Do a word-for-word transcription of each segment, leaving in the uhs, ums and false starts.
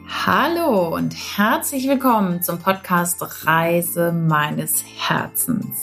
Hallo und herzlich willkommen zum Podcast Reise meines Herzens.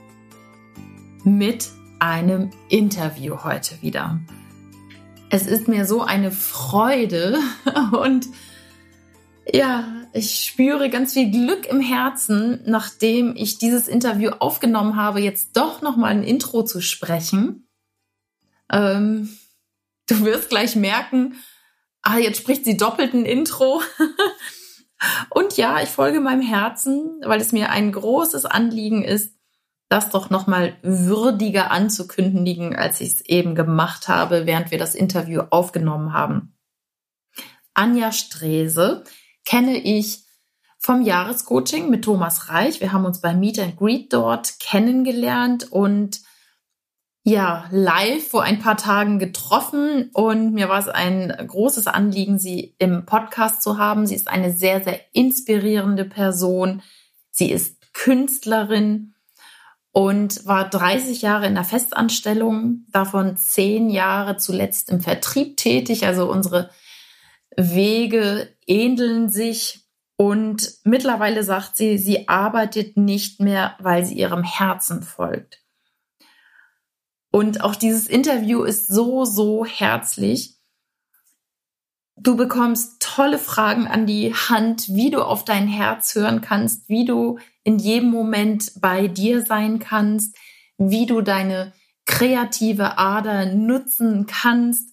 Mit einem Interview heute wieder. Es ist mir so eine Freude und ja, ich spüre ganz viel Glück im Herzen, nachdem ich dieses Interview aufgenommen habe, jetzt doch nochmal ein Intro zu sprechen. Ähm, du wirst gleich merken, ah, jetzt spricht sie doppelt ein Intro. Und ja, ich folge meinem Herzen, weil es mir ein großes Anliegen ist, das doch nochmal würdiger anzukündigen, als ich es eben gemacht habe, während wir das Interview aufgenommen haben. Anja Strese kenne ich vom Jahrescoaching mit Thomas Reich. Wir haben uns bei Meet and Greet dort kennengelernt und ja, live vor ein paar Tagen getroffen, und mir war es ein großes Anliegen, sie im Podcast zu haben. Sie ist eine sehr, sehr inspirierende Person. Sie ist Künstlerin und war dreißig Jahre in der Festanstellung, davon zehn Jahre zuletzt im Vertrieb tätig. Also unsere Wege ähneln sich, und mittlerweile sagt sie, sie arbeitet nicht mehr, weil sie ihrem Herzen folgt. Und auch dieses Interview ist so, so herzlich. Du bekommst tolle Fragen an die Hand, wie du auf dein Herz hören kannst, wie du in jedem Moment bei dir sein kannst, wie du deine kreative Ader nutzen kannst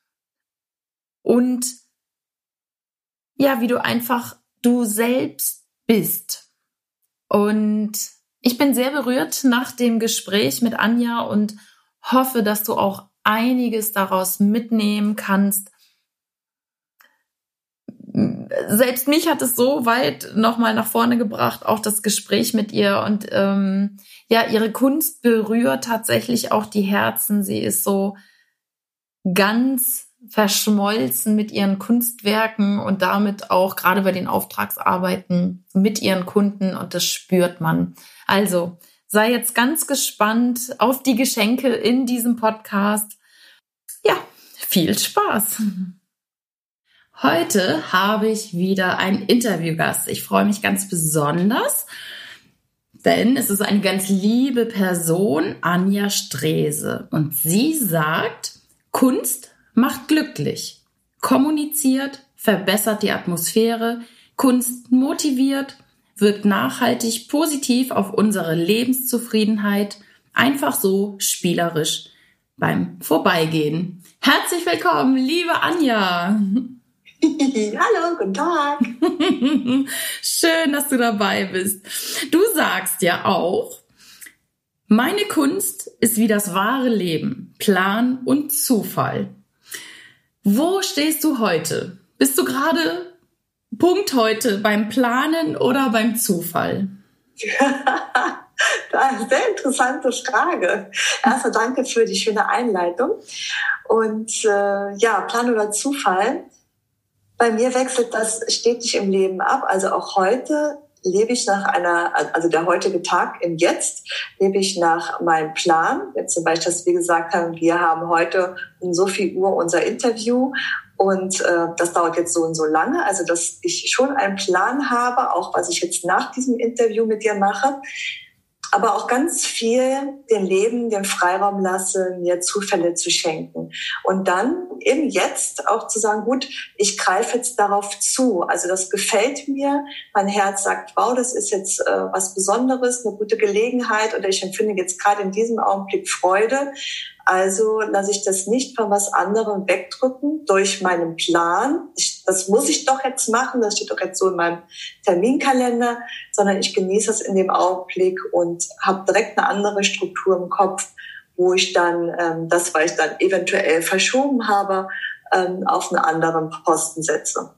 und ja, wie du einfach du selbst bist. Und ich bin sehr berührt nach dem Gespräch mit Anja und hoffe, dass du auch einiges daraus mitnehmen kannst. Selbst mich hat es so weit nochmal nach vorne gebracht, auch das Gespräch mit ihr. Und ähm, ja, ihre Kunst berührt tatsächlich auch die Herzen. Sie ist so ganz verschmolzen mit ihren Kunstwerken und damit auch gerade bei den Auftragsarbeiten mit ihren Kunden, und das spürt man. Also sei jetzt ganz gespannt auf die Geschenke in diesem Podcast. Ja, viel Spaß! Heute habe ich wieder einen Interviewgast. Ich freue mich ganz besonders, denn es ist eine ganz liebe Person, Anja Strese. Und sie sagt, Kunst macht glücklich, kommuniziert, verbessert die Atmosphäre, Kunst motiviert, wirkt nachhaltig positiv auf unsere Lebenszufriedenheit, einfach so spielerisch beim Vorbeigehen. Herzlich willkommen, liebe Anja. Hallo, guten Tag. Schön, dass du dabei bist. Du sagst ja auch, meine Kunst ist wie das wahre Leben, Plan und Zufall. Wo stehst du heute? Bist du gerade Punkt heute beim Planen oder beim Zufall? Das ist eine sehr interessante Frage. Erstmal danke für die schöne Einleitung. Und äh, ja, Plan oder Zufall? Bei mir wechselt das stetig im Leben ab. Also auch heute lebe ich nach einer, also der heutige Tag im Jetzt, lebe ich nach meinem Plan. Jetzt zum Beispiel, dass wir gesagt haben, wir haben heute um so viel Uhr unser Interview und äh, das dauert jetzt so und so lange. Also dass ich schon einen Plan habe, auch was ich jetzt nach diesem Interview mit dir mache, aber auch ganz viel dem Leben, dem Freiraum lasse, mir Zufälle zu schenken. Und dann eben jetzt auch zu sagen, gut, ich greife jetzt darauf zu. Also das gefällt mir. Mein Herz sagt, wow, das ist jetzt äh, was Besonderes, eine gute Gelegenheit, oder ich empfinde jetzt gerade in diesem Augenblick Freude. Also lasse ich das nicht von was anderem wegdrücken durch meinen Plan. Ich, das muss ich doch jetzt machen, das steht doch jetzt so in meinem Terminkalender, sondern ich genieße es in dem Augenblick und habe direkt eine andere Struktur im Kopf, wo ich dann ähm, das, was ich dann eventuell verschoben habe, ähm, auf einen anderen Posten setze.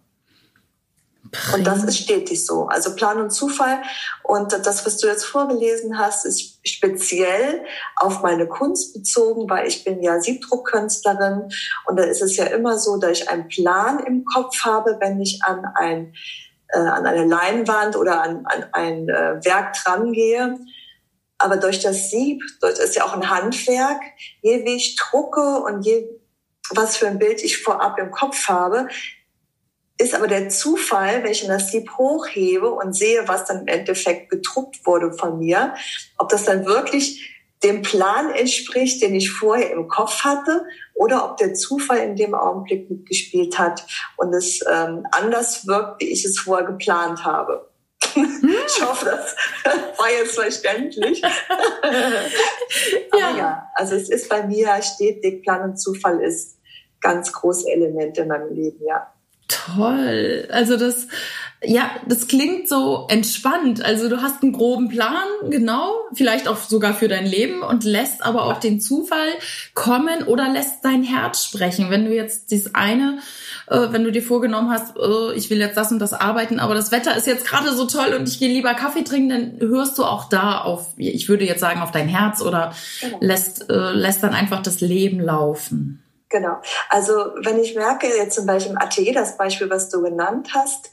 Und das ist stetig so. Also Plan und Zufall. Und das, was du jetzt vorgelesen hast, ist speziell auf meine Kunst bezogen, weil ich bin ja Siebdruckkünstlerin. Und da ist es ja immer so, dass ich einen Plan im Kopf habe, wenn ich an ein äh, an eine Leinwand oder an, an ein äh, Werk dran gehe. Aber durch das Sieb, das ist ja auch ein Handwerk, je wie ich drucke und je was für ein Bild ich vorab im Kopf habe, ist aber der Zufall, wenn ich das Sieb hochhebe und sehe, was dann im Endeffekt gedruckt wurde von mir, ob das dann wirklich dem Plan entspricht, den ich vorher im Kopf hatte, oder ob der Zufall in dem Augenblick mitgespielt hat und es ähm, anders wirkt, wie ich es vorher geplant habe. Ich hoffe, das war jetzt verständlich. Aber ja. ja, also es ist bei mir stetig, Plan und Zufall ist ganz große Elemente in meinem Leben, ja. Toll. Also das, ja, das klingt so entspannt. Also du hast einen groben Plan, genau, vielleicht auch sogar für dein Leben und lässt aber auch den Zufall kommen oder lässt dein Herz sprechen. Wenn du jetzt dieses eine, äh, wenn du dir vorgenommen hast, äh, ich will jetzt das und das arbeiten, aber das Wetter ist jetzt gerade so toll und ich gehe lieber Kaffee trinken, dann hörst du auch da auf, ich würde jetzt sagen, auf dein Herz oder genau. lässt, äh, lässt dann einfach das Leben laufen. Genau. Also wenn ich merke, jetzt zum Beispiel im Atelier, das Beispiel, was du genannt hast,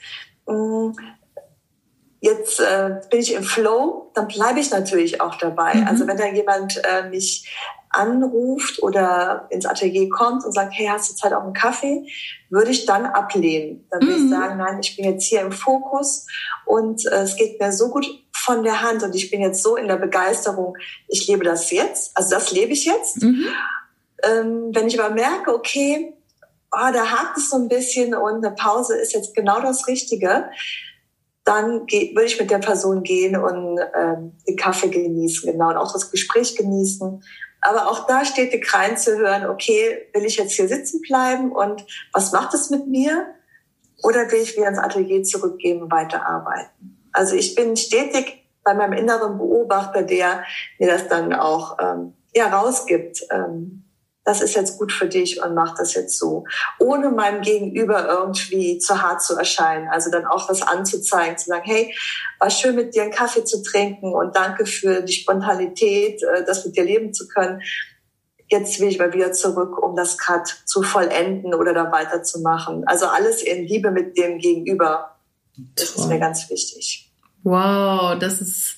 jetzt äh, bin ich im Flow, dann bleibe ich natürlich auch dabei. Mhm. Also wenn da jemand äh, mich anruft oder ins Atelier kommt und sagt, hey, hast du Zeit auf einen Kaffee, würde ich dann ablehnen. Dann würde mhm. ich sagen, nein, ich bin jetzt hier im Fokus und äh, es geht mir so gut von der Hand und ich bin jetzt so in der Begeisterung, ich lebe das jetzt, also das lebe ich jetzt. Mhm. Ähm, wenn ich aber merke, okay, oh, da hakt es so ein bisschen und eine Pause ist jetzt genau das Richtige, dann geh, würde ich mit der Person gehen und ähm, den Kaffee genießen, genau, und auch das Gespräch genießen. Aber auch da stetig reinzuhören, okay, will ich jetzt hier sitzen bleiben und was macht es mit mir? Oder will ich wieder ins Atelier zurückgehen und weiterarbeiten? Also ich bin stetig bei meinem inneren Beobachter, der mir das dann auch ähm, ja, rausgibt. Ähm, das ist jetzt gut für dich und mach das jetzt so. Ohne meinem Gegenüber irgendwie zu hart zu erscheinen. Also dann auch was anzuzeigen, zu sagen, hey, war schön mit dir einen Kaffee zu trinken und danke für die Spontanität, das mit dir leben zu können. Jetzt will ich mal wieder zurück, um das gerade zu vollenden oder da weiterzumachen. Also alles in Liebe mit dem Gegenüber. Das Toll. Ist mir ganz wichtig. Wow, das ist...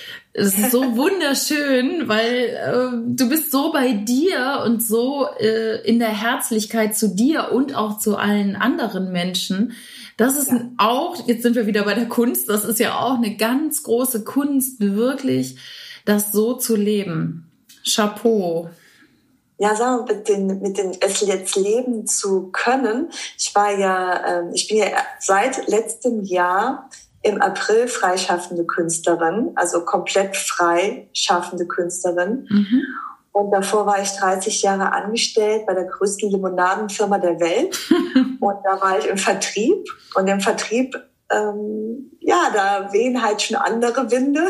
Es ist so wunderschön, weil äh, du bist so bei dir und so äh, in der Herzlichkeit zu dir und auch zu allen anderen Menschen. Das ist ja. auch, jetzt sind wir wieder bei der Kunst, das ist ja auch eine ganz große Kunst, wirklich das so zu leben. Chapeau. Ja, sagen wir, mit den, mit den es jetzt leben zu können. Ich war ja, äh, ich bin ja seit letztem Jahr im April freischaffende Künstlerin, also komplett frei schaffende Künstlerin. Mhm. Und davor war ich dreißig Jahre angestellt bei der größten Limonadenfirma der Welt. Und da war ich im Vertrieb. Und im Vertrieb, ähm, ja, da wehen halt schon andere Winde.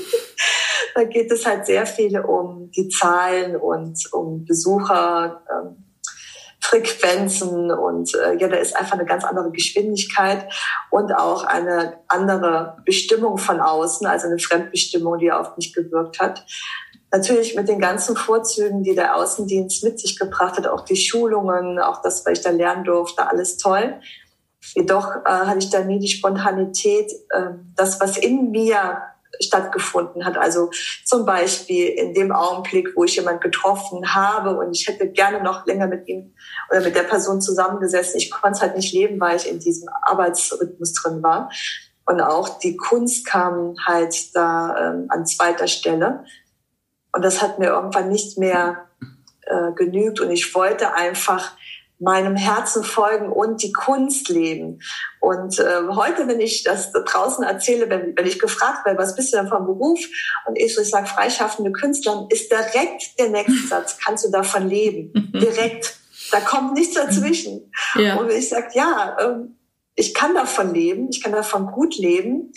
Da geht es halt sehr viel um die Zahlen und um Besucher, ähm, Frequenzen und äh, ja, da ist einfach eine ganz andere Geschwindigkeit und auch eine andere Bestimmung von außen, also eine Fremdbestimmung, die auf mich gewirkt hat. Natürlich mit den ganzen Vorzügen, die der Außendienst mit sich gebracht hat, auch die Schulungen, auch das, was ich da lernen durfte, alles toll. Jedoch äh, hatte ich da nie die Spontanität, äh, das, was in mir stattgefunden hat. Also zum Beispiel in dem Augenblick, wo ich jemanden getroffen habe und ich hätte gerne noch länger mit ihm oder mit der Person zusammengesessen. Ich konnte es halt nicht leben, weil ich in diesem Arbeitsrhythmus drin war. Und auch die Kunst kam halt da ähm, an zweiter Stelle. Und das hat mir irgendwann nicht mehr äh, genügt. Und ich wollte einfach meinem Herzen folgen und die Kunst leben. Und äh, heute, wenn ich das draußen erzähle, wenn, wenn ich gefragt werde, was bist du denn vom Beruf? Und ich, so, ich sage, freischaffende Künstlerin, ist direkt der nächste Satz, kannst du davon leben? Direkt. Da kommt nichts dazwischen. Ja. Und ich sage, ja, ähm, ich kann davon leben, ich kann davon gut leben.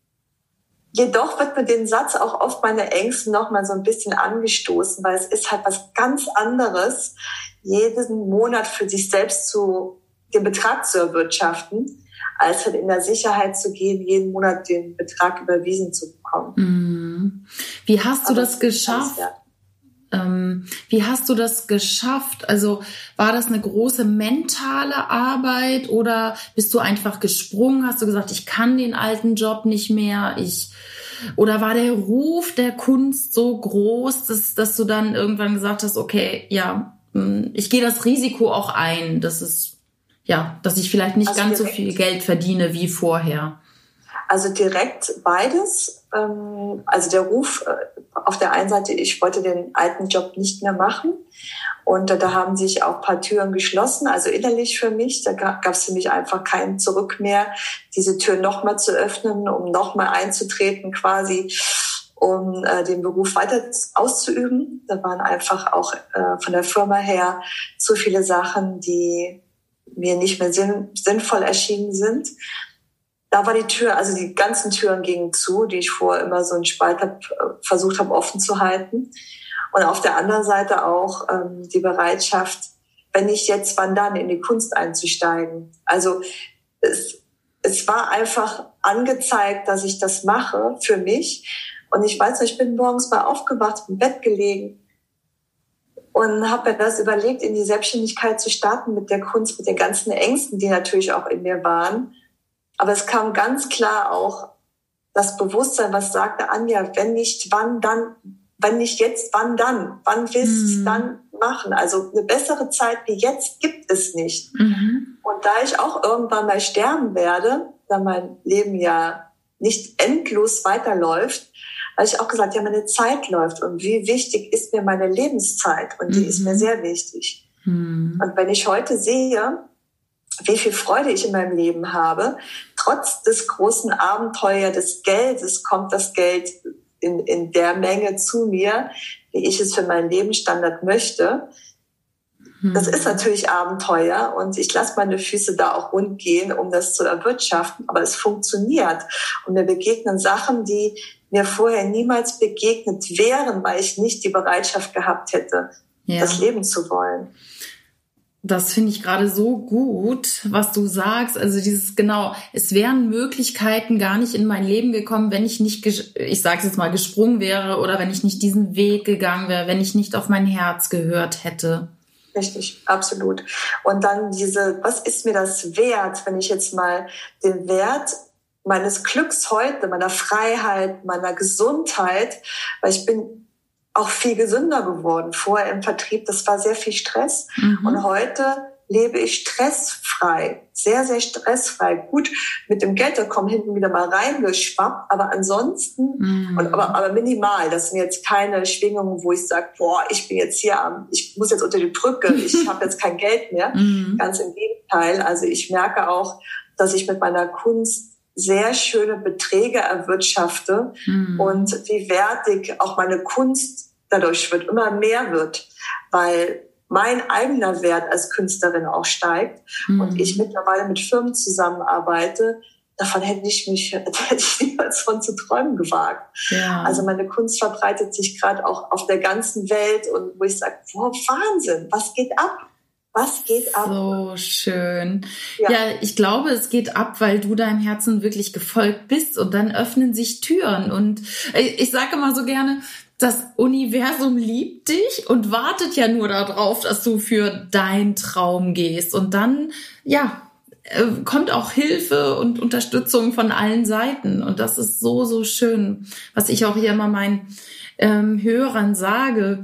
Jedoch wird mit dem Satz auch oft meine Ängste noch mal so ein bisschen angestoßen, weil es ist halt was ganz anderes, jeden Monat für sich selbst zu den Betrag zu erwirtschaften, als halt in der Sicherheit zu gehen, jeden Monat den Betrag überwiesen zu bekommen. Wie hast du Aber das geschafft? Alles, ja. ähm, wie hast du das geschafft? Also war das eine große mentale Arbeit oder bist du einfach gesprungen? Hast du gesagt, ich kann den alten Job nicht mehr? Ich Oder war der Ruf der Kunst so groß, dass, dass du dann irgendwann gesagt hast, okay, ja, ich gehe das Risiko auch ein, dass es ja, dass ich vielleicht nicht also ganz direkt, so viel Geld verdiene wie vorher? Also direkt beides. Also der Ruf auf der einen Seite, ich wollte den alten Job nicht mehr machen. Und da haben sich auch ein paar Türen geschlossen, also innerlich für mich. Da gab es für mich einfach kein Zurück mehr, diese Tür nochmal zu öffnen, um nochmal einzutreten quasi, um äh, den Beruf weiter auszuüben. Da waren einfach auch äh, von der Firma her zu viele Sachen, die mir nicht mehr sinn, sinnvoll erschienen sind. Da war die Tür, also die ganzen Türen gingen zu, die ich vorher immer so einen Spalt hab, versucht habe offen zu halten. Und auf der anderen Seite auch ähm, die Bereitschaft, wenn nicht jetzt, wann dann, in die Kunst einzusteigen. Also es, es war einfach angezeigt, dass ich das mache für mich. Und ich weiß nicht, ich bin morgens mal aufgewacht, im Bett gelegen und habe mir das überlegt, in die Selbstständigkeit zu starten mit der Kunst, mit den ganzen Ängsten, die natürlich auch in mir waren. Aber es kam ganz klar auch das Bewusstsein, was sagte, Anja, wenn nicht, wann dann? Wenn nicht jetzt, wann dann? Wann willst du es dann machen? Also eine bessere Zeit wie jetzt gibt es nicht. Mhm. Und da ich auch irgendwann mal sterben werde, da mein Leben ja nicht endlos weiterläuft, habe ich auch gesagt, ja, meine Zeit läuft. Und wie wichtig ist mir meine Lebenszeit? Und die mhm. ist mir sehr wichtig. Mhm. Und wenn ich heute sehe, wie viel Freude ich in meinem Leben habe, trotz des großen Abenteuers des Geldes kommt das Geld in, in der Menge zu mir, wie ich es für meinen Lebensstandard möchte. Hm. Das ist natürlich Abenteuer und ich lasse meine Füße da auch rund gehen, um das zu erwirtschaften, aber es funktioniert. Und mir begegnen Sachen, die mir vorher niemals begegnet wären, weil ich nicht die Bereitschaft gehabt hätte, ja. das leben zu wollen. Das finde ich gerade so gut, was du sagst. Also dieses, genau, es wären Möglichkeiten gar nicht in mein Leben gekommen, wenn ich nicht, ich sage es jetzt mal, gesprungen wäre oder wenn ich nicht diesen Weg gegangen wäre, wenn ich nicht auf mein Herz gehört hätte. Richtig, absolut. Und dann diese, was ist mir das wert, wenn ich jetzt mal den Wert meines Glücks heute, meiner Freiheit, meiner Gesundheit, weil ich bin auch viel gesünder geworden. Vorher im Vertrieb, das war sehr viel Stress. Mhm. Und heute lebe ich stressfrei, sehr, sehr stressfrei. Gut, mit dem Geld, da kommen hinten wieder mal reingeschwappt, aber ansonsten, mhm. und, aber, aber minimal. Das sind jetzt keine Schwingungen, wo ich sage, boah, ich bin jetzt hier am, ich muss jetzt unter die Brücke, ich habe jetzt kein Geld mehr. Mhm. Ganz im Gegenteil. Also ich merke auch, dass ich mit meiner Kunst sehr schöne Beträge erwirtschafte mhm. und wie wertig auch meine Kunst dadurch wird, immer mehr wird, weil mein eigener Wert als Künstlerin auch steigt mhm. und ich mittlerweile mit Firmen zusammenarbeite, davon hätte ich mich hätte ich niemals von zu träumen gewagt. Ja. Also meine Kunst verbreitet sich gerade auch auf der ganzen Welt und wo ich sage, wow, Wahnsinn, was geht ab? Was geht ab? So schön. Ja. ja, ich glaube, es geht ab, weil du deinem Herzen wirklich gefolgt bist und dann öffnen sich Türen. Und ich sage immer so gerne, das Universum liebt dich und wartet ja nur darauf, dass du für deinen Traum gehst. Und dann, ja, kommt auch Hilfe und Unterstützung von allen Seiten. Und das ist so, so schön, was ich auch hier immer meinen ähm, Hörern sage.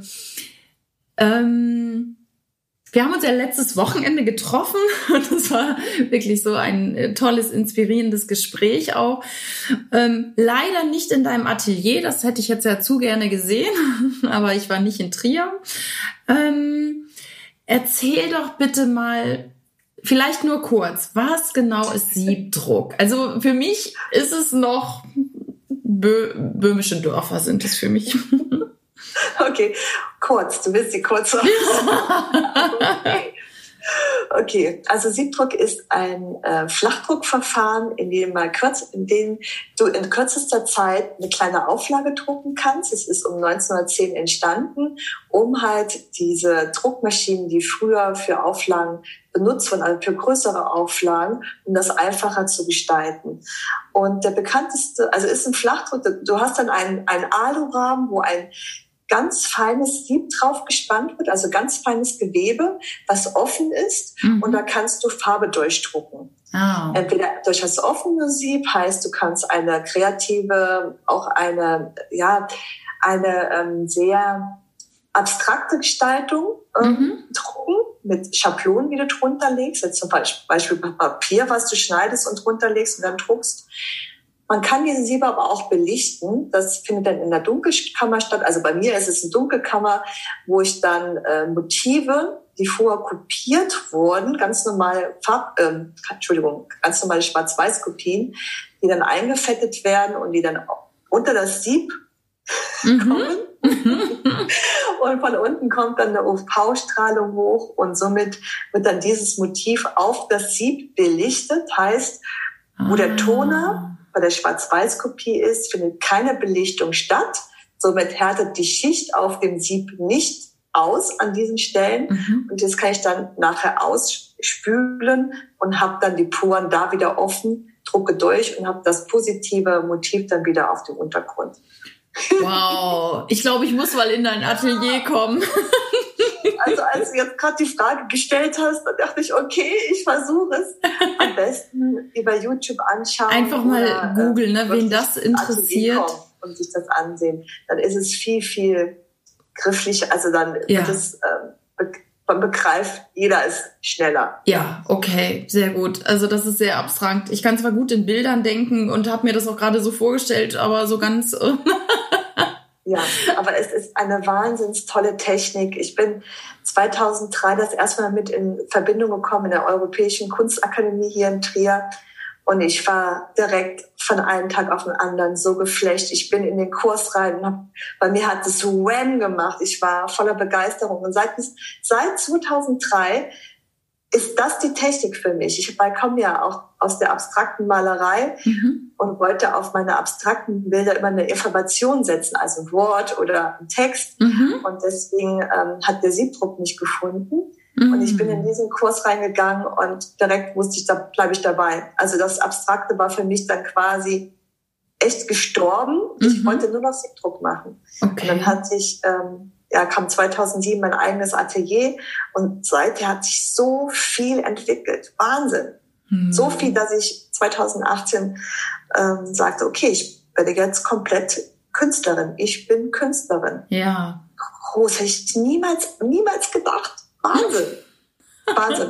Ähm, Wir haben uns ja letztes Wochenende getroffen und das war wirklich so ein tolles, inspirierendes Gespräch auch. Ähm, leider nicht in deinem Atelier, das hätte ich jetzt ja zu gerne gesehen, aber ich war nicht in Trier. Ähm, erzähl doch bitte mal, vielleicht nur kurz, was genau ist Siebdruck? Also für mich ist es noch, Bö- böhmische Dörfer sind es für mich. Okay, kurz, du willst die kurz sagen. Okay. Okay, also Siebdruck ist ein äh, Flachdruckverfahren, in dem, mal kürz, in dem du in kürzester Zeit eine kleine Auflage drucken kannst. Es ist um neunzehnhundertzehn entstanden, um halt diese Druckmaschinen, die früher für Auflagen benutzt wurden, also für größere Auflagen, um das einfacher zu gestalten. Und der bekannteste, also ist ein Flachdruck, du hast dann einen, einen Alurahmen, wo ein ganz feines Sieb drauf gespannt wird, also ganz feines Gewebe, was offen ist, mhm. und da kannst du Farbe durchdrucken. Oh. Entweder durch das offene Sieb heißt, du kannst eine kreative, auch eine, ja, eine ähm, sehr abstrakte Gestaltung ähm, mhm. drucken mit Schablonen, die du drunter legst. Jetzt zum Beispiel Papier, was du schneidest und drunter legst und dann druckst. Man kann diese Siebe aber auch belichten. Das findet dann in der Dunkelkammer statt. Also bei mir ist es eine Dunkelkammer, wo ich dann äh, Motive, die vorher kopiert wurden, ganz normale Farb, äh, Entschuldigung, ganz normale Schwarz-Weiß-Kopien, die dann eingefettet werden und die dann unter das Sieb mhm. kommen. Und von unten kommt dann eine U V-Strahlung hoch und somit wird dann dieses Motiv auf das Sieb belichtet. Heißt, wo ah. der Toner bei der Schwarz-Weiß-Kopie ist, findet keine Belichtung statt. Somit härtet die Schicht auf dem Sieb nicht aus an diesen Stellen. Mhm. Und das kann ich dann nachher ausspülen und habe dann die Poren da wieder offen, drucke durch und habe das positive Motiv dann wieder auf dem Untergrund. Wow, ich glaube, ich muss mal in dein Atelier kommen. Also als du jetzt gerade die Frage gestellt hast, dann dachte ich, okay, ich versuche es. Am besten über YouTube anschauen. Einfach mal googeln, ne, wen das interessiert. Und sich das ansehen. Dann ist es viel, viel grifflicher. Also dann ja. wird es, äh, man begreift, jeder ist schneller. Ja, okay, sehr gut. Also das ist sehr abstrakt. Ich kann zwar gut in Bildern denken und habe mir das auch gerade so vorgestellt, aber so ganz... Ja, aber es ist eine wahnsinns tolle Technik. Ich bin zweitausenddrei das erste Mal mit in Verbindung gekommen in der Europäischen Kunstakademie hier in Trier. Und ich war direkt von einem Tag auf den anderen so geflasht. Ich bin in den Kurs rein und hab, bei mir hat es Wham gemacht. Ich war voller Begeisterung. Und seit, seit zweitausenddrei ist das die Technik für mich. Ich komme ja auch aus der abstrakten Malerei mhm. und wollte auf meine abstrakten Bilder immer eine Information setzen, also ein Wort oder ein Text. Mhm. Und deswegen ähm, hat der Siebdruck mich gefunden. Mhm. Und ich bin in diesen Kurs reingegangen und direkt wusste ich, da bleibe ich dabei. Also das Abstrakte war für mich dann quasi echt gestorben. Mhm. Ich wollte nur noch Siebdruck machen. Okay. Und dann hatte ich... Ähm, Ja, kam zweitausendsieben mein eigenes Atelier und seither hat sich so viel entwickelt. Wahnsinn. Hm. So viel, dass ich zweitausendachtzehn ähm, sagte, okay, ich werde jetzt komplett Künstlerin. Ich bin Künstlerin. Ja. Groß, hätte ich niemals, niemals gedacht. Wahnsinn. Wahnsinn.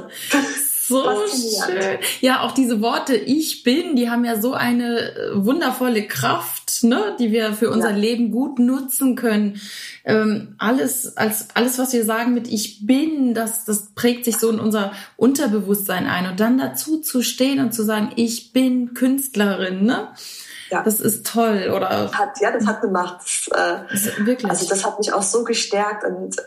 So schön. Ja, auch diese Worte, ich bin, die haben ja so eine wundervolle Kraft, ne, die wir für unser ja. Leben gut nutzen können. Ähm, alles, als, alles, was wir sagen mit ich bin, das, das prägt sich so in unser Unterbewusstsein ein. Und dann dazu zu stehen und zu sagen, ich bin Künstlerin, ne? Ja. Das ist toll, oder? Hat, ja, das hat gemacht. Das, äh, das wirklich. Also das hat mich auch so gestärkt und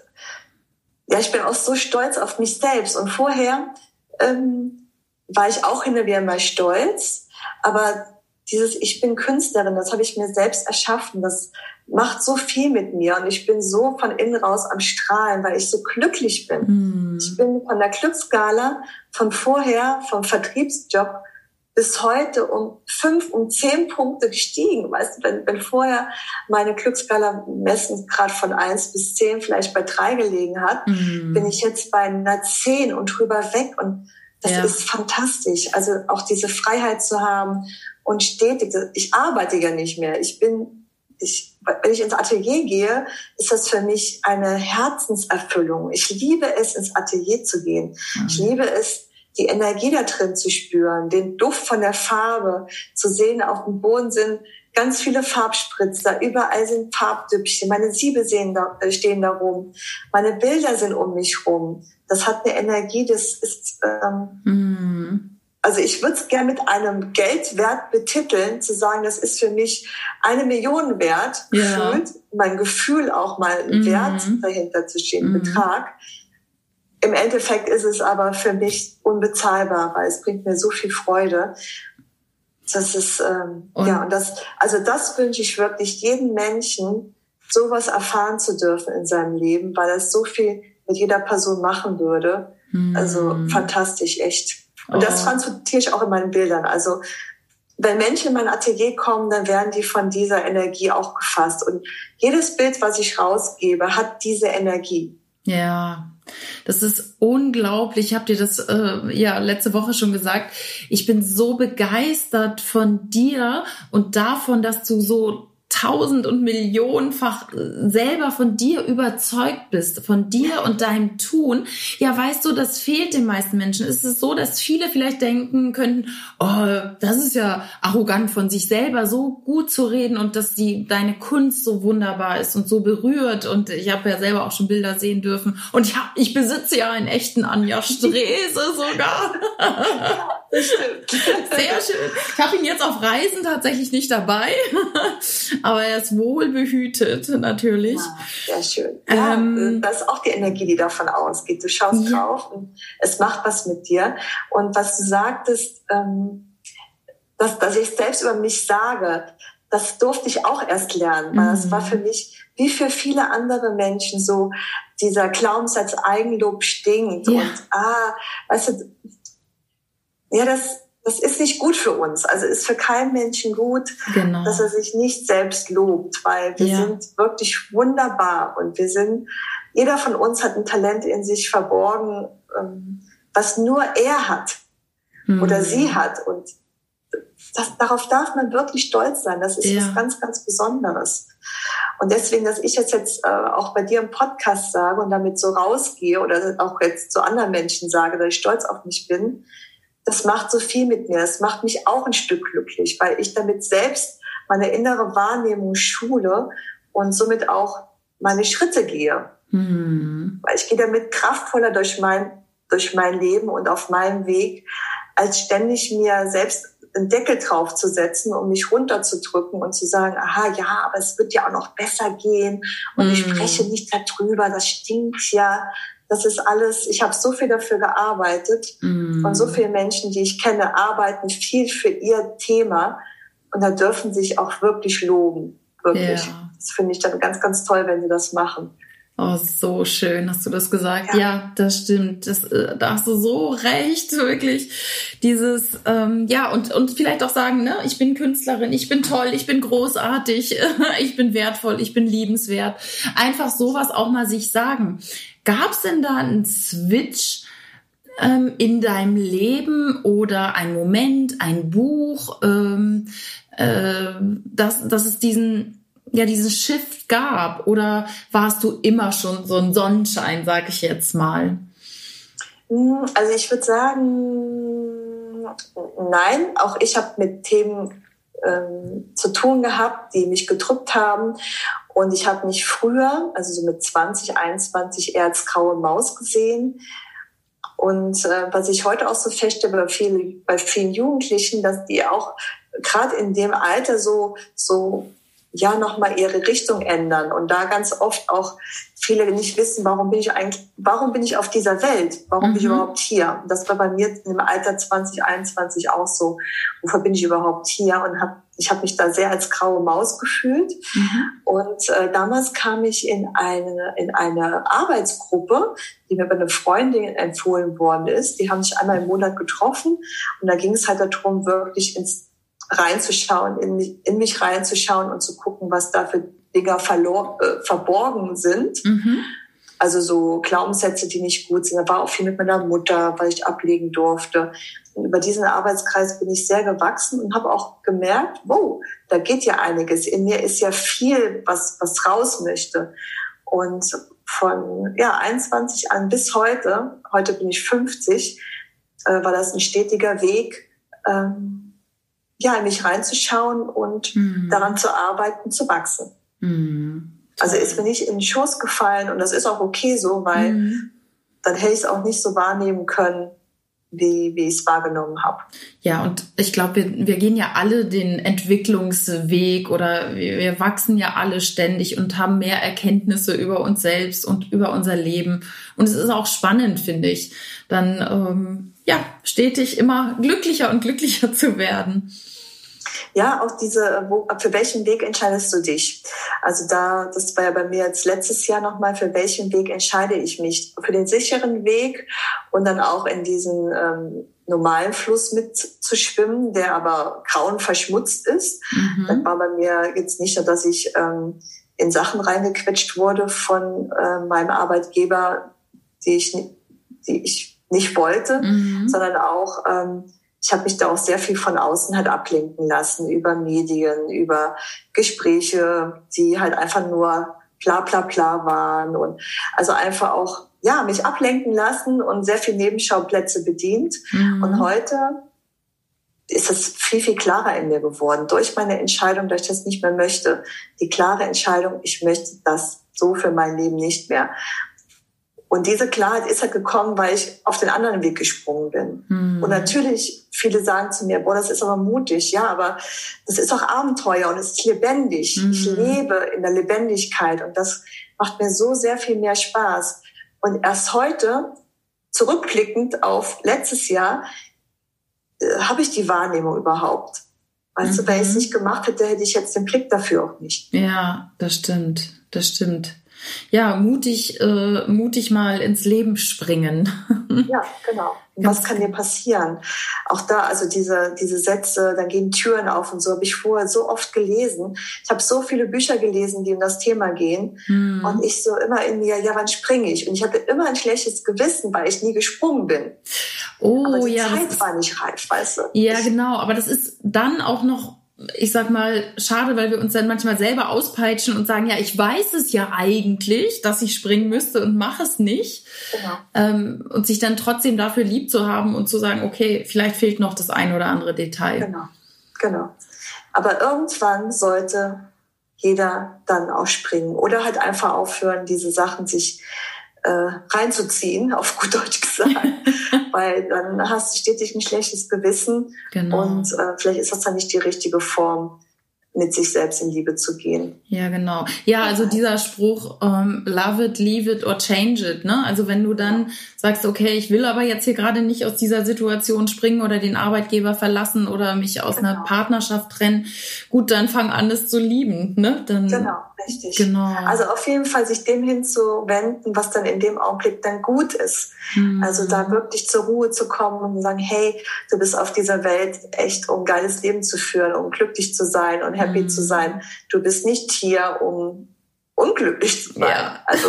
ja, ich bin auch so stolz auf mich selbst. Und vorher ähm, war ich auch hin und wieder mal stolz, aber dieses Ich bin Künstlerin, das habe ich mir selbst erschaffen, das macht so viel mit mir und ich bin so von innen raus am Strahlen, weil ich so glücklich bin. Mm. Ich bin von der Glücksskala von vorher, vom Vertriebsjob bis heute um fünf, um zehn Punkte gestiegen. Weißt du, wenn, wenn vorher meine Glücksskala messen gerade von eins bis zehn vielleicht bei drei gelegen hat, mm. bin ich jetzt bei einer zehn und drüber weg und das ja. ist fantastisch. Also auch diese Freiheit zu haben und stetig. Ich arbeite ja nicht mehr. Ich bin, ich, wenn ich ins Atelier gehe, ist das für mich eine Herzenserfüllung. Ich liebe es, ins Atelier zu gehen. Mhm. Ich liebe es, die Energie da drin zu spüren, den Duft von der Farbe zu sehen. Auf dem Boden sind ganz viele Farbspritzer, überall sind Farbdüppchen, meine Siebe stehen da rum, meine Bilder sind um mich rum. Das hat eine Energie, das ist... Ähm, mm. Also ich würde es gerne mit einem Geldwert betiteln, zu sagen, das ist für mich eine Million wert, ja. gefühlt, mein Gefühl auch mal einen mm. Wert dahinter zu stehen, mm. Betrag. Im Endeffekt ist es aber für mich unbezahlbar, weil es bringt mir so viel Freude. Das ist, ähm, und? ja, und das, also das wünsche ich wirklich jedem Menschen, sowas erfahren zu dürfen in seinem Leben, weil das so viel mit jeder Person machen würde. Mm. Also fantastisch, echt. Und oh. das transportiere ich auch in meinen Bildern. Also wenn Menschen in mein Atelier kommen, dann werden die von dieser Energie auch gefasst. Und jedes Bild, was ich rausgebe, hat diese Energie. Ja, das ist unglaublich. Ich habe dir das äh, ja letzte Woche schon gesagt. Ich bin so begeistert von dir und davon, dass du so tausend- und millionenfach selber von dir überzeugt bist, von dir und deinem Tun, ja, weißt du, das fehlt den meisten Menschen. Es ist so, dass viele vielleicht denken könnten, oh, das ist ja arrogant von sich selber, so gut zu reden und dass die deine Kunst so wunderbar ist und so berührt. Und ich habe ja selber auch schon Bilder sehen dürfen. Und ich, hab, ich besitze ja einen echten Anja Strese sogar. Ja, das stimmt. Sehr schön. Ich habe ihn jetzt auf Reisen tatsächlich nicht dabei. Aber er ist wohlbehütet, natürlich. Ja, sehr schön. Ja, ähm, das ist auch die Energie, die davon ausgeht. Du schaust ja drauf und es macht was mit dir. Und was du sagtest, ähm, dass, dass ich selbst über mich sage, das durfte ich auch erst lernen. Weil mhm. das war für mich, wie für viele andere Menschen, so dieser Glaubenssatz Eigenlob stinkt. Ja. Und, ah, weißt du, ja, das... Das ist nicht gut für uns. Also ist für keinen Menschen gut, genau, dass er sich nicht selbst lobt, weil wir ja. sind wirklich wunderbar und wir sind, jeder von uns hat ein Talent in sich verborgen, was nur er hat hm. oder sie hat. Und das, darauf darf man wirklich stolz sein. Das ist ja. was ganz, ganz Besonderes. Und deswegen, dass ich jetzt, jetzt äh, auch bei dir im Podcast sage und damit so rausgehe oder auch jetzt zu anderen Menschen sage, dass ich stolz auf mich bin, das macht so viel mit mir. Das macht mich auch ein Stück glücklich, weil ich damit selbst meine innere Wahrnehmung schule und somit auch meine Schritte gehe. Mhm. Weil ich gehe damit kraftvoller durch mein, durch mein Leben und auf meinem Weg, als ständig mir selbst einen Deckel drauf zu setzen, um mich runterzudrücken und zu sagen, aha, ja, aber es wird ja auch noch besser gehen und mhm. ich spreche nicht darüber, das stinkt ja. Das ist alles, ich habe so viel dafür gearbeitet mm. und so viele Menschen, die ich kenne, arbeiten viel für ihr Thema und da dürfen sie sich auch wirklich loben, wirklich. Ja. Das finde ich dann ganz, ganz toll, wenn sie das machen. Oh, so schön, hast du das gesagt. Ja, ja das stimmt. Das, da hast du so recht, wirklich. Dieses, ähm, ja, und, und vielleicht auch sagen, ne, ich bin Künstlerin, ich bin toll, ich bin großartig, ich bin wertvoll, ich bin liebenswert. Einfach sowas auch mal sich sagen. Gab es denn da einen Switch ähm, in deinem Leben oder ein Moment, ein Buch, ähm, äh, dass, dass es diesen, ja, diesen Shift gab? Oder warst du immer schon so ein Sonnenschein, sag ich jetzt mal? Also ich würde sagen, nein. Auch ich habe mit Themen ähm, zu tun gehabt, die mich gedrückt haben. Und ich habe mich früher, also so mit zwanzig, einundzwanzig, eher als graue Maus gesehen. Und äh, was ich heute auch so feststelle bei vielen, bei vielen Jugendlichen, dass die auch gerade in dem Alter so, so ja nochmal ihre Richtung ändern und da ganz oft auch viele nicht wissen, warum bin ich eigentlich, warum bin ich auf dieser Welt? Warum mhm. bin ich überhaupt hier? Und das war bei mir im Alter zwanzig, einundzwanzig auch so. Wofür bin ich überhaupt hier? Und hab, ich habe mich da sehr als graue Maus gefühlt. Mhm. Und äh, damals kam ich in eine, in eine Arbeitsgruppe, die mir bei einer Freundin empfohlen worden ist. Die haben sich einmal im Monat getroffen und da ging es halt darum, wirklich ins reinzuschauen, in mich, in mich reinzuschauen und zu gucken, was da für Dinge verlor, äh, verborgen sind. Mhm. Also so Glaubenssätze, die nicht gut sind. Da war auch viel mit meiner Mutter, weil ich ablegen durfte. Und über diesen Arbeitskreis bin ich sehr gewachsen und habe auch gemerkt, wow, da geht ja einiges. In mir ist ja viel, was, was raus möchte. Und von ja, einundzwanzig an bis heute, heute bin ich fünfzig, äh, war das ein stetiger Weg, ähm, ja, in mich reinzuschauen und mhm. daran zu arbeiten, zu wachsen. Mhm. Also ist mir nicht in den Schoß gefallen und das ist auch okay so, weil mhm. dann hätte ich es auch nicht so wahrnehmen können, wie, wie ich es wahrgenommen habe. Ja, und ich glaube, wir, wir gehen ja alle den Entwicklungsweg oder wir, wir wachsen ja alle ständig und haben mehr Erkenntnisse über uns selbst und über unser Leben. Und es ist auch spannend, finde ich, dann ähm, ja stetig immer glücklicher und glücklicher zu werden. Ja, auch diese, wo, für welchen Weg entscheidest du dich? Also da, das war ja bei mir jetzt letztes Jahr nochmal, für welchen Weg entscheide ich mich? Für den sicheren Weg und dann auch in diesen ähm, normalen Fluss mitzuschwimmen, der aber grauenverschmutzt ist. Mhm. Das war bei mir jetzt nicht nur, dass ich ähm, in Sachen reingequetscht wurde von äh, meinem Arbeitgeber, die ich, die ich nicht wollte, mhm. sondern auch, ähm, ich habe mich da auch sehr viel von außen halt ablenken lassen, über Medien, über Gespräche, die halt einfach nur bla bla bla waren und also einfach auch, ja, mich ablenken lassen und sehr viel Nebenschauplätze bedient. Mhm. Und heute ist es viel, viel klarer in mir geworden. Durch meine Entscheidung, dass ich das nicht mehr möchte. Die klare Entscheidung, ich möchte das so für mein Leben nicht mehr. Und diese Klarheit ist halt gekommen, weil ich auf den anderen Weg gesprungen bin. Mhm. Und natürlich, viele sagen zu mir, boah, das ist aber mutig. Ja, aber das ist auch Abenteuer und es ist lebendig. Mhm. Ich lebe in der Lebendigkeit und das macht mir so sehr viel mehr Spaß. Und erst heute, zurückblickend auf letztes Jahr, äh, habe ich die Wahrnehmung überhaupt. Weißt mhm. du, wenn ich es nicht gemacht hätte, hätte ich jetzt den Blick dafür auch nicht. Ja, das stimmt, das stimmt. Ja, mutig, äh, mutig mal ins Leben springen. Ja, genau. Und was kann dir passieren? Auch da, also diese diese Sätze, dann gehen Türen auf und so, habe ich vorher so oft gelesen. Ich habe so viele Bücher gelesen, die um das Thema gehen. Hm. Und ich so immer in mir, ja, wann springe ich? Und ich hatte immer ein schlechtes Gewissen, weil ich nie gesprungen bin. Oh, aber die ja, Zeit das war nicht reif, weißt du? Ja, ich, genau. Aber das ist dann auch noch, ich sag mal, schade, weil wir uns dann manchmal selber auspeitschen und sagen, ja, ich weiß es ja eigentlich, dass ich springen müsste und mache es nicht. Genau. Ähm, und sich dann trotzdem dafür lieb zu haben und zu sagen, okay, vielleicht fehlt noch das ein oder andere Detail. Genau, genau. Aber irgendwann sollte jeder dann auch springen oder halt einfach aufhören, diese Sachen sich äh, reinzuziehen, auf gut Deutsch gesagt. Weil dann hast du stetig ein schlechtes Gewissen. Genau. Und äh, vielleicht ist das dann nicht die richtige Form, mit sich selbst in Liebe zu gehen. Ja, genau. Ja, also dieser Spruch, um, love it, leave it or change it, ne? Also wenn du dann ja. sagst, okay, ich will aber jetzt hier gerade nicht aus dieser Situation springen oder den Arbeitgeber verlassen oder mich aus genau. einer Partnerschaft trennen, gut, dann fang an, es zu lieben, ne? Dann, genau, richtig. Genau. Also auf jeden Fall sich dem hinzuwenden, was dann in dem Augenblick dann gut ist. Mhm. Also da wirklich zur Ruhe zu kommen und sagen, hey, du bist auf dieser Welt echt, um ein geiles Leben zu führen, um glücklich zu sein und happy mhm. zu sein. Du bist nicht hier, um unglücklich zu sein. Ja. Also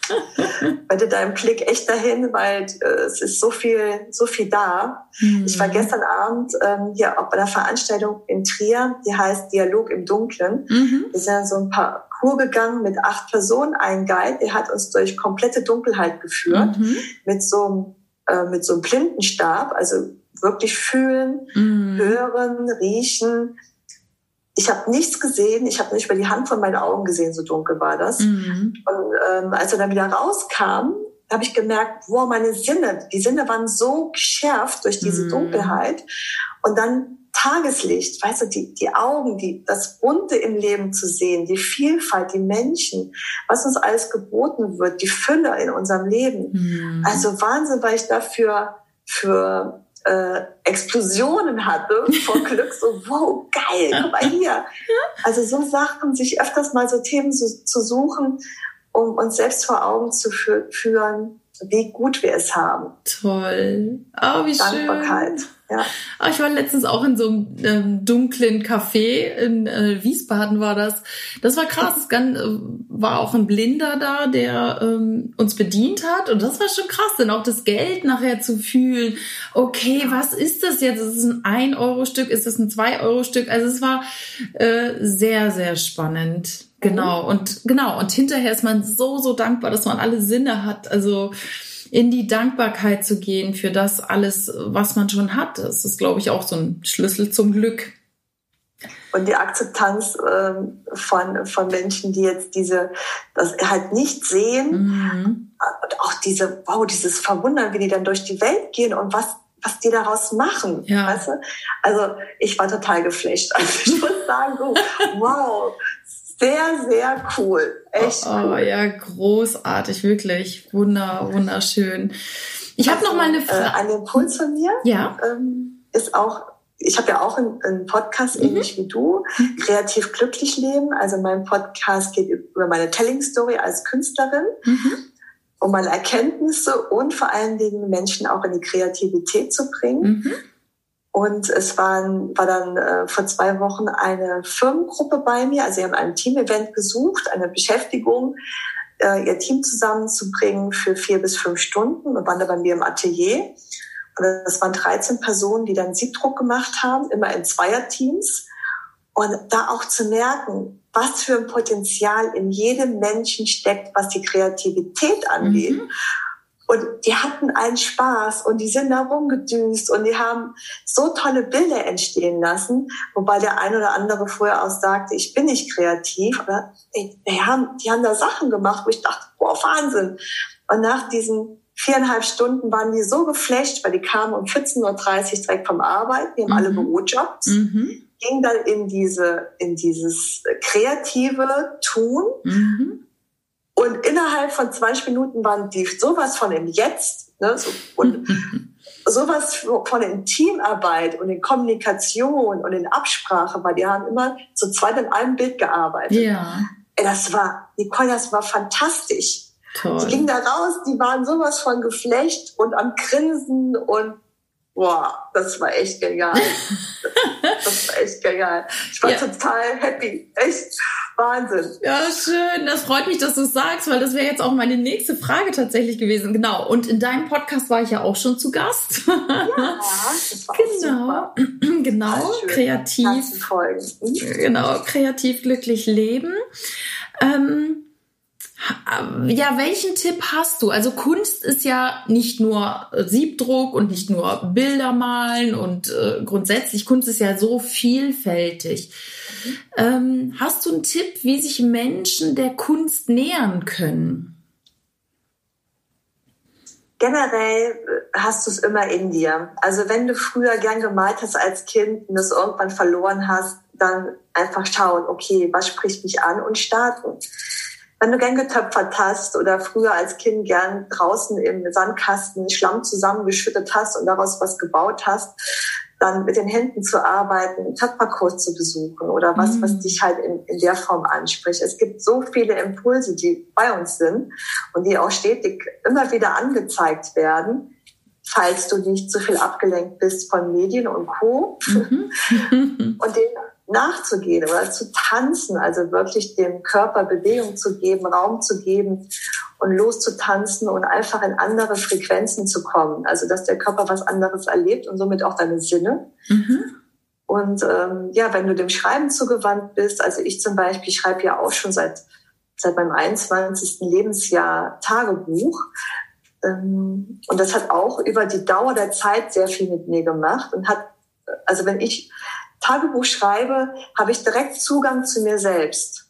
wende deinen Blick echt dahin, weil äh, es ist so viel, so viel da. Mhm. Ich war gestern Abend ähm, hier auch bei einer Veranstaltung in Trier, die heißt Dialog im Dunklen. Mhm. Wir sind so ein Parcours gegangen mit acht Personen, ein Guide, der hat uns durch komplette Dunkelheit geführt, mhm. mit so einem äh, mit so einem Blindenstab, also wirklich fühlen, mhm. hören, riechen. Ich habe nichts gesehen, ich habe nicht über die Hand von meinen Augen gesehen, so dunkel war das. Mhm. Und ähm, als er dann wieder rauskam, habe ich gemerkt, wow, meine Sinne, die Sinne waren so geschärft durch diese mhm. Dunkelheit. Und dann Tageslicht, weißt du, die, die Augen, die, das Bunte im Leben zu sehen, die Vielfalt, die Menschen, was uns alles geboten wird, die Fülle in unserem Leben. Mhm. Also Wahnsinn, weil ich dafür für Äh, Explosionen hatte vor Glück, so wow, geil, guck mal hier. Also so Sachen, sich öfters mal so Themen zu, zu suchen, um uns selbst vor Augen zu fü- führen, wie gut wir es haben. Toll. Oh, wie Dankbarkeit. schön. Ja. Oh, ich war letztens auch in so einem ähm, dunklen Café, in äh, Wiesbaden war das. Das war krass. Es kann, äh, war auch ein Blinder da, der ähm, uns bedient hat. Und das war schon krass, dann auch das Geld nachher zu fühlen. Okay, was ist das jetzt? Ist es ein ein-Euro-Stück? Ist es ein zwei-Euro-Stück? Also es war äh, sehr, sehr spannend. Genau. Und genau. Und hinterher ist man so, so dankbar, dass man alle Sinne hat. Also in die Dankbarkeit zu gehen für das alles, was man schon hat. Das ist, glaube ich, auch so ein Schlüssel zum Glück. Und die Akzeptanz ähm, von, von Menschen, die jetzt diese, das halt nicht sehen. Mhm. Und auch diese, wow, dieses Verwundern, wie die dann durch die Welt gehen und was, was die daraus machen. Ja. Weißt du? Also ich war total geflasht. Also ich muss sagen, so, wow, sehr, sehr cool. Echt oh, cool. Oh, ja, großartig, wirklich. Wunder, wunderschön. Ich habe also, noch mal eine Frage. Äh, ein Impuls von mir ja. ähm, ist auch, ich habe ja auch einen, einen Podcast, mhm. ähnlich wie du, Kreativ glücklich leben. Also mein Podcast geht über meine Telling-Story als Künstlerin, mhm. um meine Erkenntnisse und vor allen Dingen Menschen auch in die Kreativität zu bringen. Mhm. Und es waren, war dann äh, vor zwei Wochen eine Firmengruppe bei mir. Also sie haben ein Team-Event gesucht, eine Beschäftigung, äh, ihr Team zusammenzubringen für vier bis fünf Stunden und waren da bei mir im Atelier. Das waren dreizehn Personen, die dann Siebdruck gemacht haben, immer in Zweierteams. Und da auch zu merken, was für ein Potenzial in jedem Menschen steckt, was die Kreativität angeht. Mhm. Und die hatten einen Spaß und die sind da rumgedüst und die haben so tolle Bilder entstehen lassen, wobei der ein oder andere vorher auch sagte, ich bin nicht kreativ. Aber ey, die, haben, die haben da Sachen gemacht, wo ich dachte, boah, Wahnsinn. Und nach diesen viereinhalb Stunden waren die so geflasht, weil die kamen um vierzehn Uhr dreißig direkt vom Arbeiten, die haben mhm. alle Bürojobs, mhm. gingen dann in diese in dieses kreative Tun. Mhm. Und innerhalb von zwanzig Minuten waren die sowas von im Jetzt, ne, so, und sowas von in Teamarbeit und in Kommunikation und in Absprache, weil die haben immer zu zweit in einem Bild gearbeitet. Ja. Das war, Nicole, das war fantastisch. Toll. Die gingen da raus, die waren sowas von geflecht und am Grinsen und boah, das war echt genial. Das war echt genial. Ich war ja. total happy. Echt Wahnsinn. Ja, schön. Das freut mich, dass du es sagst, weil das wäre jetzt auch meine nächste Frage tatsächlich gewesen. Genau. Und in deinem Podcast war ich ja auch schon zu Gast. Ja, das war genau. auch super. Genau. Kreativ. Mhm. Genau. Kreativ glücklich leben. Ähm, Ja, welchen Tipp hast du? Also Kunst ist ja nicht nur Siebdruck und nicht nur Bilder malen und äh, grundsätzlich Kunst ist ja so vielfältig. Mhm. Ähm, hast du einen Tipp, wie sich Menschen der Kunst nähern können? Generell hast du es immer in dir. Also wenn du früher gern gemalt hast als Kind und es irgendwann verloren hast, dann einfach schauen, okay, was spricht mich an und starten. Wenn du gern getöpfert hast oder früher als Kind gern draußen im Sandkasten Schlamm zusammengeschüttet hast und daraus was gebaut hast, dann mit den Händen zu arbeiten, einen Töpferkurs zu besuchen oder was, mm. was dich halt in, in der Form anspricht. Es gibt so viele Impulse, die bei uns sind und die auch stetig immer wieder angezeigt werden, falls du nicht so viel abgelenkt bist von Medien und Co. Mm-hmm. Und den nachzugehen oder zu tanzen, also wirklich dem Körper Bewegung zu geben, Raum zu geben und loszutanzen und einfach in andere Frequenzen zu kommen. Also dass der Körper was anderes erlebt und somit auch deine Sinne. Mhm. Und ähm, ja, wenn du dem Schreiben zugewandt bist, also ich zum Beispiel schreibe ja auch schon seit seit meinem einundzwanzigsten Lebensjahr Tagebuch. Ähm, und das hat auch über die Dauer der Zeit sehr viel mit mir gemacht und hat, also wenn ich Tagebuch schreibe, habe ich direkt Zugang zu mir selbst.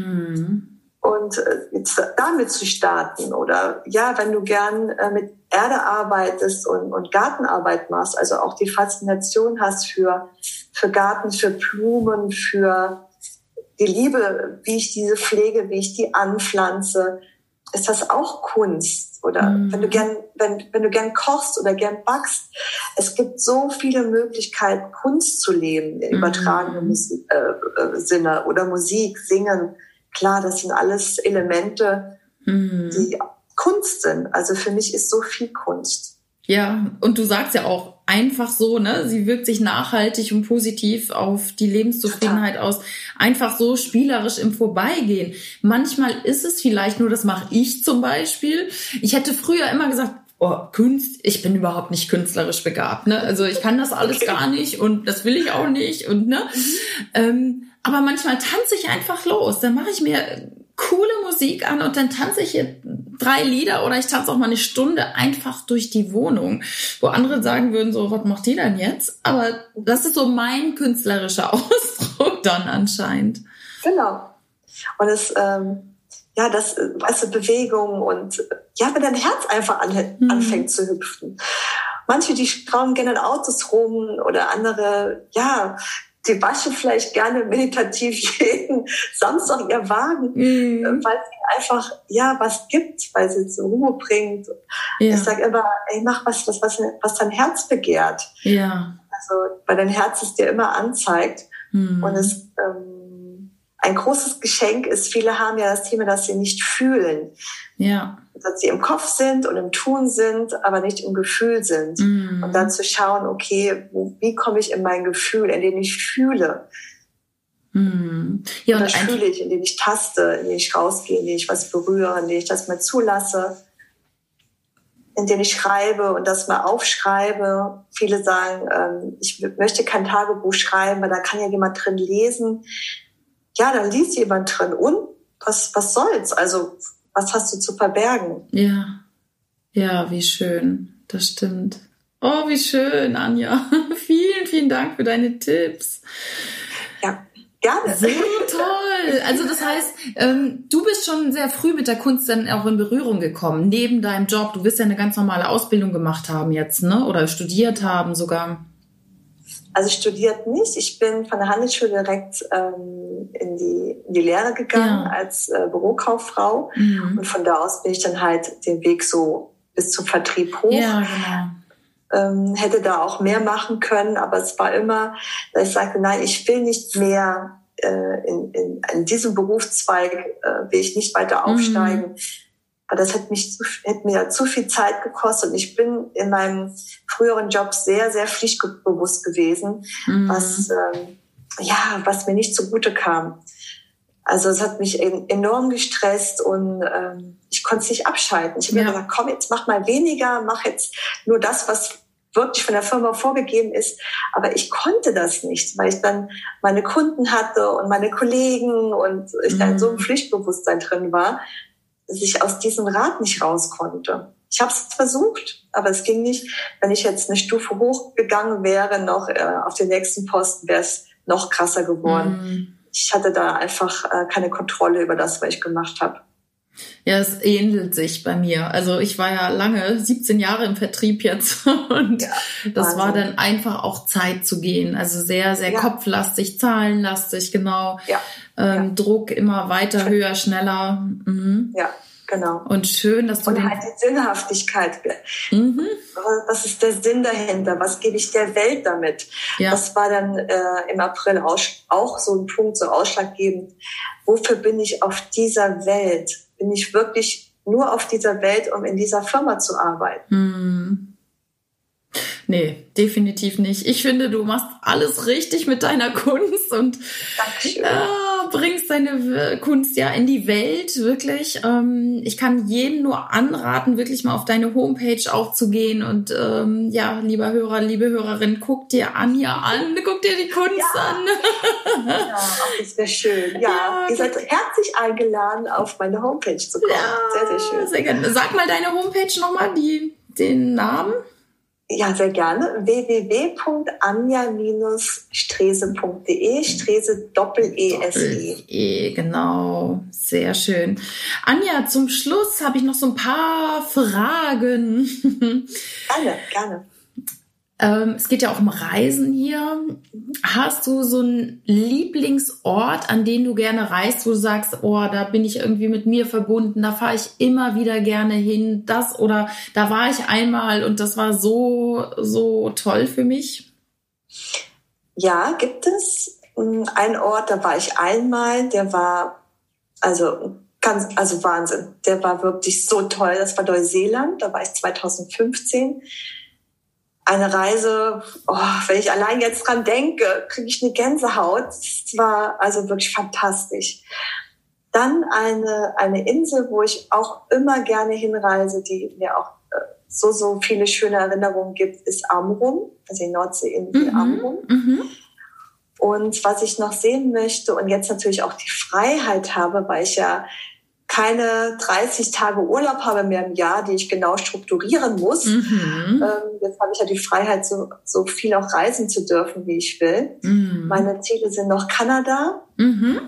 Mhm. Und jetzt damit zu starten oder ja, wenn du gern mit Erde arbeitest und, und Gartenarbeit machst, also auch die Faszination hast für, für Garten, für Blumen, für die Liebe, wie ich diese pflege, wie ich die anpflanze, ist das auch Kunst. Oder mhm. wenn du gern, wenn, wenn du gern kochst oder gern backst, es gibt so viele Möglichkeiten, Kunst zu leben, in übertragenen mhm. äh, Sinne oder Musik, Singen. Klar, das sind alles Elemente, mhm. die Kunst sind. Also für mich ist so viel Kunst. Ja, und du sagst ja auch einfach so, ne, sie wirkt sich nachhaltig und positiv auf die Lebenszufriedenheit Total. Aus. Einfach so spielerisch im Vorbeigehen. Manchmal ist es vielleicht nur, das mache ich zum Beispiel. Ich hätte früher immer gesagt, oh, Kunst, ich bin überhaupt nicht künstlerisch begabt, ne, also ich kann das alles okay. gar nicht und das will ich auch nicht und ne, mhm. ähm, aber manchmal tanze ich einfach los, dann mache ich mir coole Musik an und dann tanze ich hier drei Lieder oder ich tanze auch mal eine Stunde einfach durch die Wohnung, wo andere sagen würden so, was macht die denn jetzt? Aber das ist so mein künstlerischer Ausdruck dann anscheinend. Genau. Und es, ähm, ja, das, weißt du, Bewegung und ja, wenn dein Herz einfach an, hm. anfängt zu hüpfen. Manche, die schrauben gerne in Autos rum oder andere, ja, die waschen vielleicht gerne meditativ jeden Samstag ihr Wagen, mm. weil sie einfach, ja, was gibt, weil sie zur Ruhe bringt. Ja. Ich sage immer, ey, mach was, was, was, was dein Herz begehrt. Ja. Also, weil dein Herz es dir immer anzeigt. Mm. Und es, ähm, ein großes Geschenk ist, viele haben ja das Thema, dass sie nicht fühlen. Ja. Dass sie im Kopf sind und im Tun sind, aber nicht im Gefühl sind. Mm. Und dann zu schauen, okay, wo, wie komme ich in mein Gefühl, in dem ich fühle? Mm. Ja, und und das fühle ich, in dem ich taste, in dem ich rausgehe, in dem ich was berühre, in dem ich das mal zulasse. in denen ich schreibe und das mal aufschreibe. Viele sagen, ähm, ich möchte kein Tagebuch schreiben, weil da kann ja jemand drin lesen. Ja, dann liest jemand drin. Und was, was soll's? Also, was hast du zu verbergen? Ja, ja, wie schön. Das stimmt. Oh, wie schön, Anja. Vielen, vielen Dank für deine Tipps. Ja, gerne. So toll. Also das heißt, ähm, du bist schon sehr früh mit der Kunst dann auch in Berührung gekommen, neben deinem Job. Du wirst ja eine ganz normale Ausbildung gemacht haben jetzt, ne? Oder studiert haben sogar. Also studiert nicht. Ich bin von der Handelsschule direkt ähm, in, die, in die Lehre gegangen ja. als äh, Bürokauffrau. Mhm. Und von da aus bin ich dann halt den Weg so bis zum Vertrieb hoch. Ja, genau. Ähm, hätte da auch mehr machen können, aber es war immer, dass ich sagte, nein, ich will nicht mehr äh, in, in, in diesem Berufszweig, äh, will ich nicht weiter aufsteigen. Mhm. Aber das hat mich zu, hätte mir zu viel Zeit gekostet. Und ich bin in meinem früheren Job sehr, sehr pflichtbewusst gewesen, mhm. was ähm, ja, was mir nicht zugute kam. Also es hat mich enorm gestresst und ähm, ich konnte es nicht abschalten. Ich habe ja. mir gesagt, komm, jetzt mach mal weniger, mach jetzt nur das, was wirklich von der Firma vorgegeben ist. Aber ich konnte das nicht, weil ich dann meine Kunden hatte und meine Kollegen und ich mhm. da in so einem Pflichtbewusstsein drin war, dass ich aus diesem Rad nicht raus konnte. Ich habe es versucht, aber es ging nicht. Wenn ich jetzt eine Stufe hochgegangen wäre, noch äh, auf den nächsten Posten, wäre es noch krasser geworden. Mhm. Ich hatte da einfach äh, keine Kontrolle über das, was ich gemacht habe. Ja, es ähnelt sich bei mir. Also ich war ja lange, siebzehn Jahre im Vertrieb jetzt und ja, das Wahnsinn. War dann einfach auch Zeit zu gehen. Also sehr, sehr ja. kopflastig, zahlenlastig, genau. Ja. Ähm, ja. Druck immer weiter, höher, schneller. Mhm. Ja, genau. Und schön, dass du... Und halt die Sinnhaftigkeit. Mhm. Was ist der Sinn dahinter? Was gebe ich der Welt damit? Ja. Das war dann äh, im April auch, auch so ein Punkt, so ausschlaggebend. Wofür bin ich auf dieser Welt? Bin ich wirklich nur auf dieser Welt, um in dieser Firma zu arbeiten? Hm. Nee, definitiv nicht. Ich finde, du machst alles richtig mit deiner Kunst und äh, bringst deine Kunst ja in die Welt, wirklich. Ähm, ich kann jedem nur anraten, wirklich mal auf deine Homepage auch zu gehen und ähm, ja, lieber Hörer, liebe Hörerin, guck dir Anja an, guck dir die Kunst ja. an. Ja, das wäre schön. Ja, ja, ihr seid herzlich eingeladen, auf meine Homepage zu kommen. Ja, sehr, sehr schön. Sehr gerne. Sag mal deine Homepage nochmal, die, den Namen. Ja, sehr gerne. w w w punkt anja strese punkt d e, Strese Doppel-E S E. E, genau. Sehr schön. Anja, zum Schluss habe ich noch so ein paar Fragen. Gerne, gerne. Ähm, es geht ja auch um Reisen hier. Hast du so einen Lieblingsort, an den du gerne reist, wo du sagst, oh, da bin ich irgendwie mit mir verbunden, da fahre ich immer wieder gerne hin, das oder da war ich einmal und das war so, so toll für mich? Ja, gibt es. Einen Ort, da war ich einmal, der war, also ganz, also Wahnsinn. Der war wirklich so toll. Das war Neuseeland, da war ich zweitausendfünfzehn. Eine Reise, oh, wenn ich allein jetzt dran denke, kriege ich eine Gänsehaut. Das war also wirklich fantastisch. Dann eine, eine Insel, wo ich auch immer gerne hinreise, die mir auch äh, so, so viele schöne Erinnerungen gibt, ist Amrum, also die Nordseeinsel mhm, Amrum. Mhm. Und was ich noch sehen möchte und jetzt natürlich auch die Freiheit habe, weil ich ja keine dreißig Tage Urlaub habe mehr im Jahr, die ich genau strukturieren muss. Mhm. Ähm, jetzt habe ich ja die Freiheit, so, so viel auch reisen zu dürfen, wie ich will. Mhm. Meine Ziele sind noch Kanada, mhm.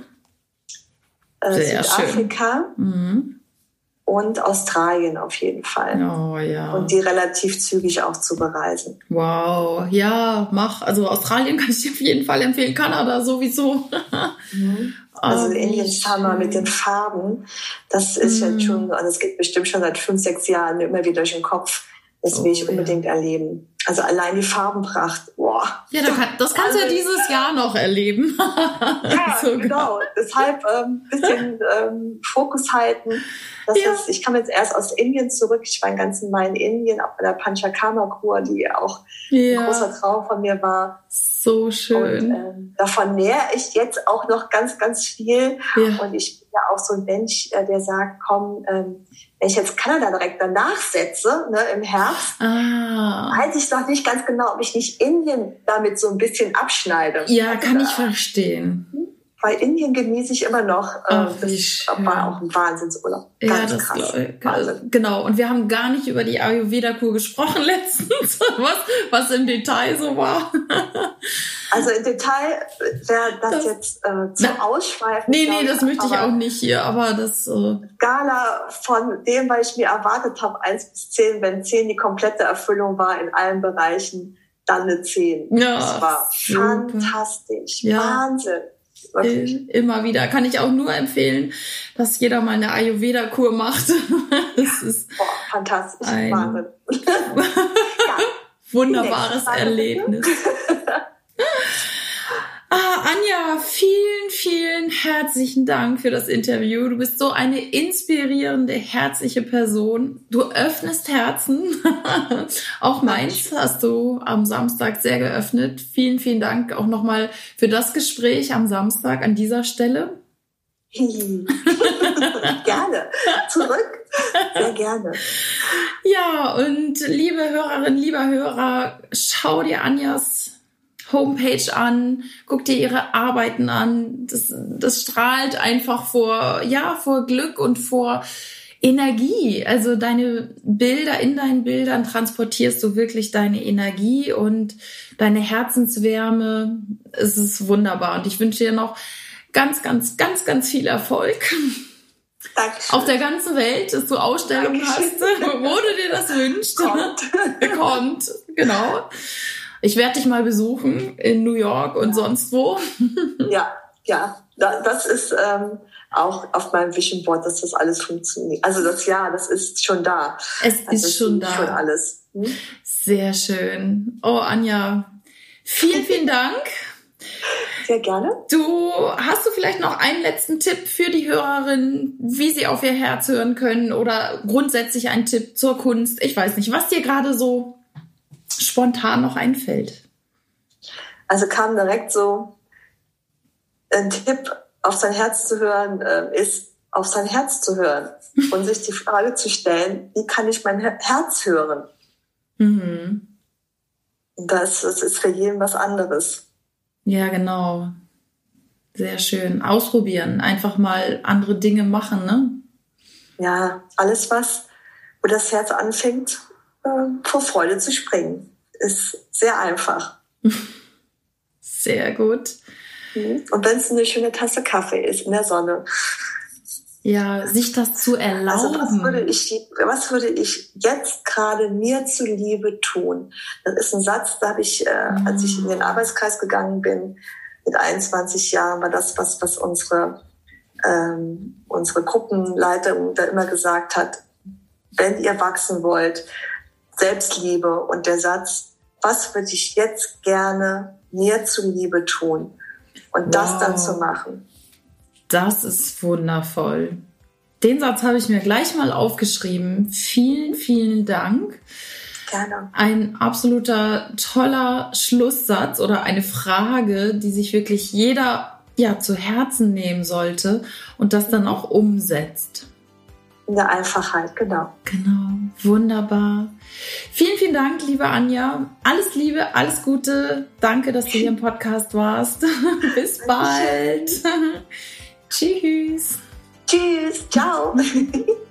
äh, Südafrika mhm. und Australien auf jeden Fall. Oh, ja. Und die relativ zügig auch zu bereisen. Wow, ja, mach. Also Australien kann ich dir auf jeden Fall empfehlen, Kanada sowieso. Mhm. Also oh, Indian Summer mit den Farben, das ist mm. ja schon, also es geht bestimmt schon seit fünf, sechs Jahren immer wieder durch den Kopf. Das oh, will ich unbedingt ja. erleben. Also allein die Farbenpracht, boah. Ja, das, kann, das kannst du ja dieses Jahr noch erleben. Ja, so genau. Deshalb ein ähm, bisschen ähm, Fokus halten. Das ja. ist, ich komme jetzt erst aus Indien zurück. Ich war den ganzen Mal in Indien, auch bei der Panchakarma-Kur, die auch ja. ein großer Traum von mir war. So schön. Und ähm, davon nähere ich jetzt auch noch ganz, ganz viel. Ja. Und ich bin ja auch so ein Mensch, äh, der sagt, komm, ähm, wenn ich jetzt Kanada direkt danach setze, ne, im Herbst, ah. weiß ich noch nicht ganz genau, ob ich nicht Indien damit so ein bisschen abschneide. Ja, also kann da, ich verstehen. Bei Indien genieße ich immer noch. Äh, Ach, das war auch ein Wahnsinnsurlaub. Ja, Ganz das krass. Wahnsinn. Genau. Und wir haben gar nicht über die Ayurveda-Kur gesprochen letztens, was, was im Detail so war. Also im Detail wäre das, das jetzt äh, zu na, ausschweifend. Nee, nee, das möchte ich auch nicht hier, aber das... Äh Skala von dem, was ich mir erwartet habe, eins bis zehn, wenn zehn die komplette Erfüllung war in allen Bereichen, dann eine zehn. Ja, das war super. Fantastisch. Ja. Wahnsinn. Wirklich. Immer wieder. Kann ich auch nur empfehlen, dass jeder mal eine Ayurveda-Kur macht. Das ja. ist Boah, fantastisch. ein Wahnsinn. ja. Wunderbares Erlebnis. Ah, Anja, vielen, vielen herzlichen Dank für das Interview. Du bist so eine inspirierende, herzliche Person. Du öffnest Herzen. Auch meins hast du am Samstag sehr geöffnet. Vielen, vielen Dank auch nochmal für das Gespräch am Samstag an dieser Stelle. Gerne. Zurück. Sehr gerne. Ja, und liebe Hörerinnen, lieber Hörer, schau dir Anjas Homepage an, guck dir ihre Arbeiten an. Das, das strahlt einfach vor, ja, vor Glück und vor Energie. Also deine Bilder, in deinen Bildern transportierst du wirklich deine Energie und deine Herzenswärme. Es ist wunderbar. Und ich wünsche dir noch ganz, ganz, ganz, ganz viel Erfolg. Dankeschön. Auf der ganzen Welt, dass du Ausstellungen Dankeschön. hast, wo du dir das wünschst. Kommt. Kommt, genau. Ich werde dich mal besuchen in New York und ja. sonst wo. Ja, ja, das ist ähm, auch auf meinem Vision Board, dass das alles funktioniert. Also das ja, das ist schon da. Es also ist schon da. Schon alles. Hm? Sehr schön. Oh, Anja, vielen, vielen Dank. Sehr gerne. Du, hast du vielleicht noch einen letzten Tipp für die Hörerin, wie sie auf ihr Herz hören können oder grundsätzlich einen Tipp zur Kunst? Ich weiß nicht, was dir gerade so spontan noch einfällt. Also kam direkt so ein Tipp, auf sein Herz zu hören, ist auf sein Herz zu hören und sich die Frage zu stellen, wie kann ich mein Herz hören? Mhm. Das, das ist für jeden was anderes. Ja, genau. Sehr schön. Ausprobieren, einfach mal andere Dinge machen, ne? Ja, alles was, wo das Herz anfängt, vor Freude zu springen. Ist sehr einfach. Sehr gut. Und wenn es eine schöne Tasse Kaffee ist in der Sonne. Ja, sich das zu erlauben. Also was würde ich, was würde ich jetzt gerade mir zuliebe tun? Das ist ein Satz, da habe ich, äh, mhm. als ich in den Arbeitskreis gegangen bin, mit einundzwanzig Jahren, war das, was, was unsere, ähm, unsere Gruppenleitung da immer gesagt hat. Wenn ihr wachsen wollt, Selbstliebe und der Satz, was würde ich jetzt gerne mir zuliebe tun? Und wow. das dann zu machen. Das ist wundervoll. Den Satz habe ich mir gleich mal aufgeschrieben. Vielen, vielen Dank. Gerne. Ein absoluter toller Schlusssatz oder eine Frage, die sich wirklich jeder ja zu Herzen nehmen sollte und das dann auch umsetzt. In der Einfachheit, genau. Genau, wunderbar. Vielen, vielen Dank, liebe Anja. Alles Liebe, alles Gute. Danke, dass du hier im Podcast warst. Bis bald. Tschüss. Tschüss, ciao.